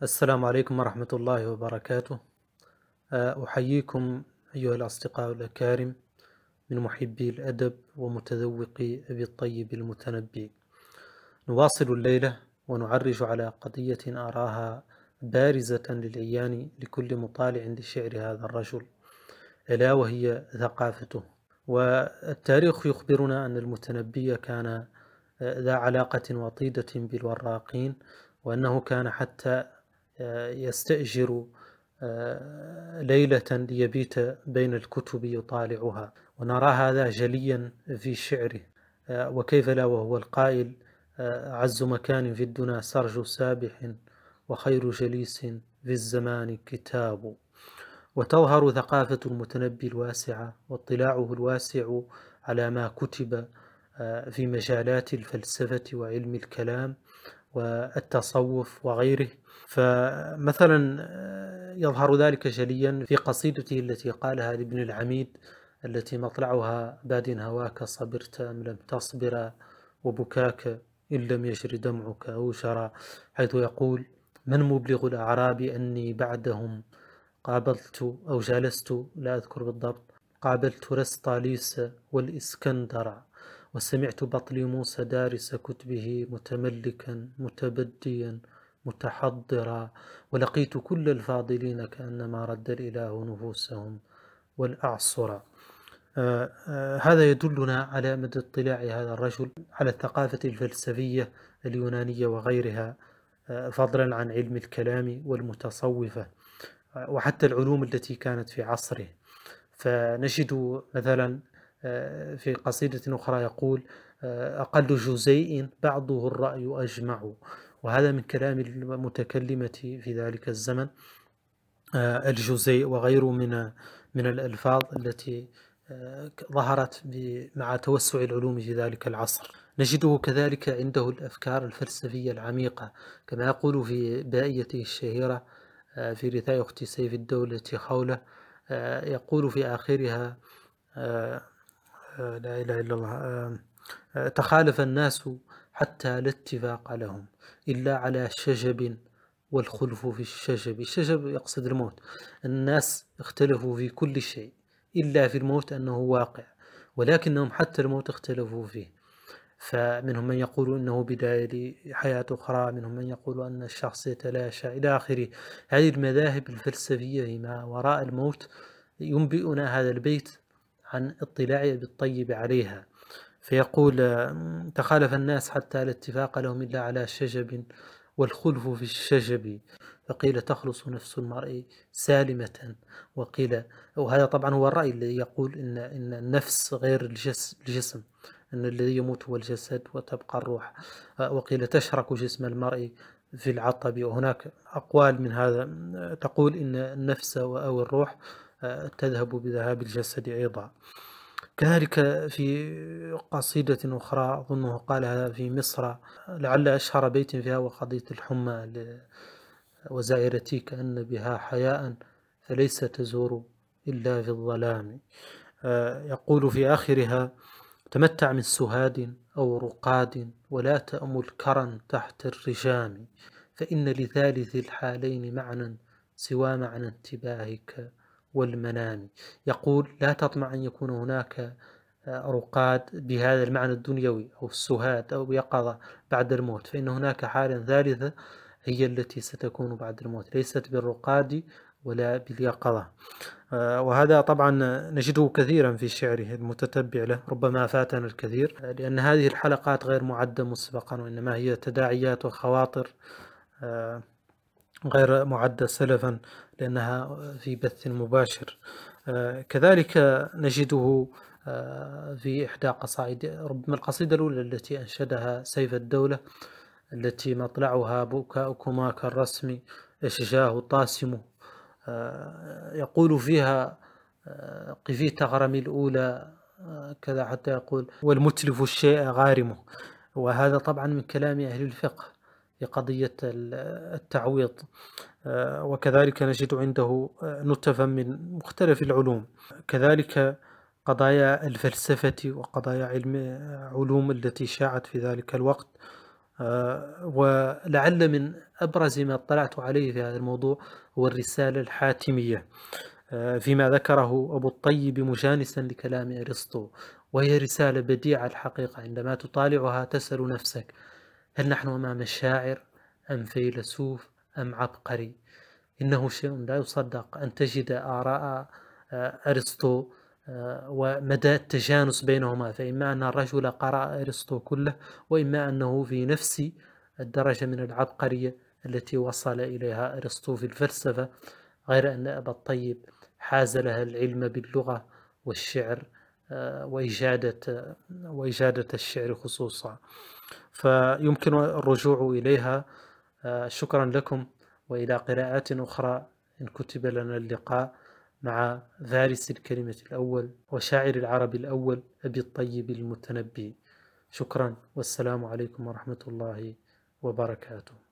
السلام عليكم ورحمة الله وبركاته. أحييكم أيها الأصدقاء الأكارم من محبي الأدب ومتذوقي أبي الطيب المتنبي. نواصل الليلة ونعرج على قضية أراها بارزة للعيان لكل مطالع لشعر هذا الرجل، ألا وهي ثقافته. والتاريخ يخبرنا أن المتنبي كان ذا علاقة وطيدة بالوراقين، وأنه كان حتى يستأجر ليلة ليبيت بين الكتب يطالعها، ونرى هذا جليا في شعره. وكيف لا وهو القائل: أعز مكان في الدنا سرج سابح، وخير جليس في الزمان كتاب. وتظهر ثقافة المتنبي الواسعة واطلاعه الواسع على ما كتب في مجالات الفلسفة وعلم الكلام والتصوف وغيره. فمثلا يظهر ذلك جليا في قصيدته التي قالها لابن العميد، التي مطلعها باد هواك صبرت أم لم تصبر، وبكاك إن لم يجر دمعك أو جرى، حيث يقول: من مبلغ الأعراب أني بعدهم قابلت أو جالست، لا أذكر بالضبط، قابلت رسطاليس والإسكندر، وسمعت بطليموس دارس كتبه متملكا متبديا متحضرا، ولقيت كل الفاضلين كأنما رد الإله نفوسهم والأعصرا. هذا يدلنا على مدى اطلاع هذا الرجل على الثقافة الفلسفية اليونانية وغيرها، فضلا عن علم الكلام والمتصوفة وحتى العلوم التي كانت في عصره. فنجد مثلا في قصيدة أخرى يقول: أقل جزيء بعضه الرأي أجمع. وهذا من كلام المتكلمة في ذلك الزمن، الجزيء وغيره من الألفاظ التي ظهرت مع توسع العلوم في ذلك العصر. نجده كذلك عنده الأفكار الفلسفية العميقة، كما يقول في بائيته الشهيرة في رثاء أخت سيف الدولة خولة، يقول في آخرها: لا إله إلا الله، تخالف الناس حتى لا اتفاق لهم إلا على شجب، والخلف في الشجب. الشجب يقصد الموت. الناس اختلفوا في كل شيء إلا في الموت أنه واقع، ولكنهم حتى الموت اختلفوا فيه. فمنهم من يقول إنه بداية لحياة أخرى، منهم من يقول أن الشخص يتلاشى إلى آخره. هذه المذاهب الفلسفية ما وراء الموت ينبئنا هذا البيت عن اطلاع بالطيب عليها. فيقول: تخالف الناس حتى لا اتفاق لهم إلا على شجب، والخلف في الشجب، فقيل تخلص نفس المرء سالمة، وقيل، وهذا طبعا هو الرأي الذي يقول إن النفس غير الجسم، أن الذي يموت هو الجسد وتبقى الروح، وقيل تشرك جسم المرء في العطب. وهناك أقوال من هذا تقول إن النفس أو الروح تذهب بذهاب الجسد أيضا. كذلك في قصيدة أخرى أظنه قالها في مصر، لعل أشهر بيت فيها وقضية الحمى: وزائرتي كأن بها حياء فليس تزور إلا في الظلام. يقول في آخرها: تمتع من سهاد أو رقاد، ولا تأمل كرا تحت الرجام، فإن لثالث الحالين معنى سوى معنى انتباهك والمنام. يقول: لا تطمع أن يكون هناك رقاد بهذا المعنى الدنيوي أو السهاد أو يقظة بعد الموت، فإن هناك حالة ثالثة هي التي ستكون بعد الموت، ليست بالرقاد ولا باليقظة. وهذا طبعا نجده كثيرا في شعره المتتبع له، ربما فاتنا الكثير لأن هذه الحلقات غير معدة مسبقا، وإنما هي تداعيات وخواطر غير معدة سلفا لأنها في بث مباشر. كذلك نجده في إحدى قصائد، ربما القصيدة الأولى التي أنشدها سيف الدولة، التي مطلعها بكاؤكما كالرسم أشجاه طاسم، يقول فيها: قفي تغرمي الأولى كذا، حتى يقول: والمتلف الشيء غارمه. وهذا طبعا من كلام أهل الفقه في قضية التعويض. وكذلك نجد عنده نتفا من مختلف العلوم، كذلك قضايا الفلسفة وقضايا علوم التي شاعت في ذلك الوقت، ولعل من أبرز ما اطلعت عليه في هذا الموضوع هو الرسالة الحاتمية فيما ذكره أبو الطيب مجانسا لكلام أرسطو، وهي رسالة بديعة الحقيقة. عندما تطالعها تسأل نفسك: هل نحن أمام شاعر أم فيلسوف أم عبقري؟ إنه شيء لا يصدق أن تجد آراء أرسطو ومدى التجانس بينهما، فإما أن الرجل قرأ أرسطو كله، وإما أنه في نفس الدرجة من العبقرية التي وصل إليها أرسطو في الفلسفة، غير أن أبا الطيب حاز لها العلم باللغة والشعر وإجادة الشعر خصوصا، فيمكن الرجوع إليها. شكرا لكم، وإلى قراءات أخرى إن كتب لنا اللقاء مع فارس الكلمة الأول وشاعر العرب الأول أبي الطيب المتنبي. شكرا، والسلام عليكم ورحمة الله وبركاته.